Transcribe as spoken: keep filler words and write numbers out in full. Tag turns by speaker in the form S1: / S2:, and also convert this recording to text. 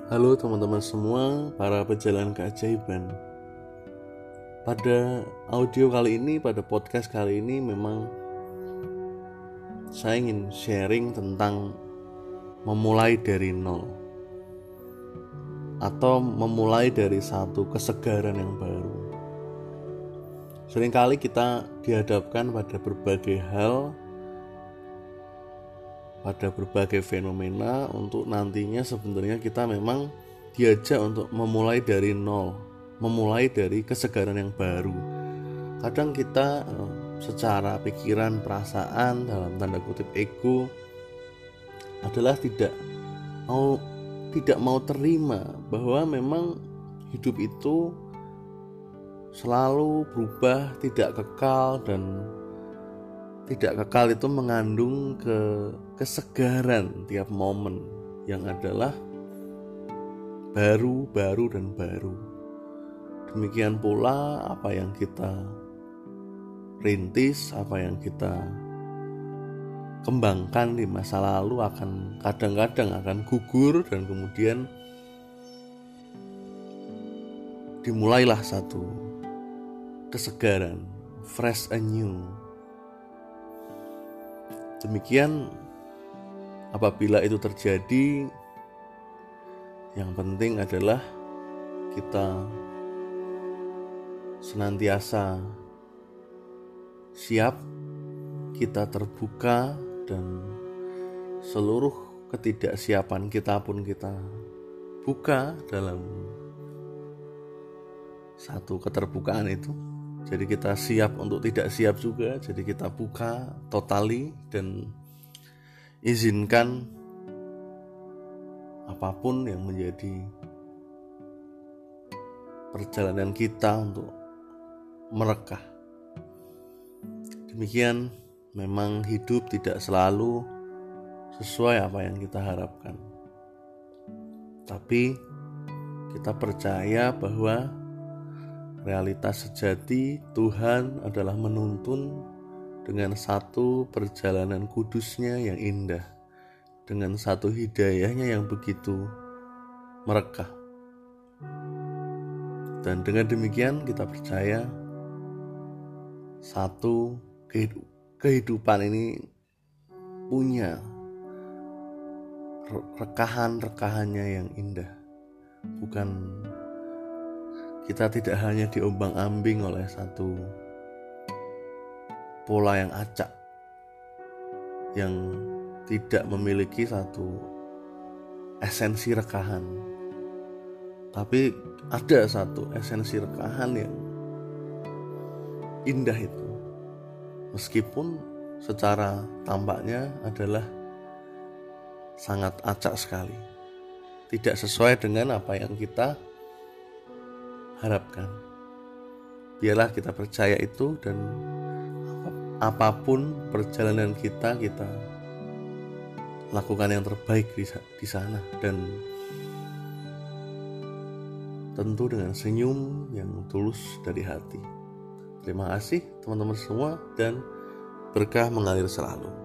S1: Halo teman-teman semua, para pejalan keajaiban. Pada audio kali ini, pada podcast kali ini memang saya ingin sharing tentang memulai dari nol atau memulai dari satu kesegaran yang baru. Seringkali kita dihadapkan pada berbagai hal, pada berbagai fenomena untuk nantinya sebenarnya kita memang diajak untuk memulai dari nol, memulai dari kesegaran yang baru. Kadang kita secara pikiran, perasaan, dalam tanda kutip ego adalah tidak mau tidak mau terima bahwa memang hidup itu selalu berubah, tidak kekal, dan tidak kekal itu mengandung ke kesegaran tiap momen yang adalah baru, baru, dan baru. Demikian pula apa yang kita rintis, apa yang kita kembangkan di masa lalu akan kadang-kadang akan gugur, dan kemudian dimulailah satu kesegaran, fresh and new. Demikian apabila itu terjadi, yang penting adalah kita senantiasa siap, kita terbuka, dan seluruh ketidaksiapan kita pun kita buka dalam satu keterbukaan itu. Jadi kita siap untuk tidak siap juga. Jadi kita buka totali dan izinkan apapun yang menjadi perjalanan kita untuk merekah. Demikian, memang hidup tidak selalu sesuai apa yang kita harapkan. Tapi kita percaya bahwa realitas sejati Tuhan adalah menuntun dengan satu perjalanan kudusnya yang indah, dengan satu hidayahnya yang begitu merekah. Dan dengan demikian kita percaya satu kehidupan ini punya rekahan-rekahannya yang indah. Bukan, kita tidak hanya diombang-ambing oleh satu pola yang acak, yang tidak memiliki satu esensi rekahan, tapi ada satu esensi rekahan yang indah itu, meskipun secara tampaknya adalah sangat acak sekali, tidak sesuai dengan apa yang kita harapkan. Biarlah kita percaya itu, dan apapun perjalanan kita, kita lakukan yang terbaik di, di sana, dan tentu dengan senyum yang tulus dari hati. Terima kasih teman-teman semua, dan berkah mengalir selalu.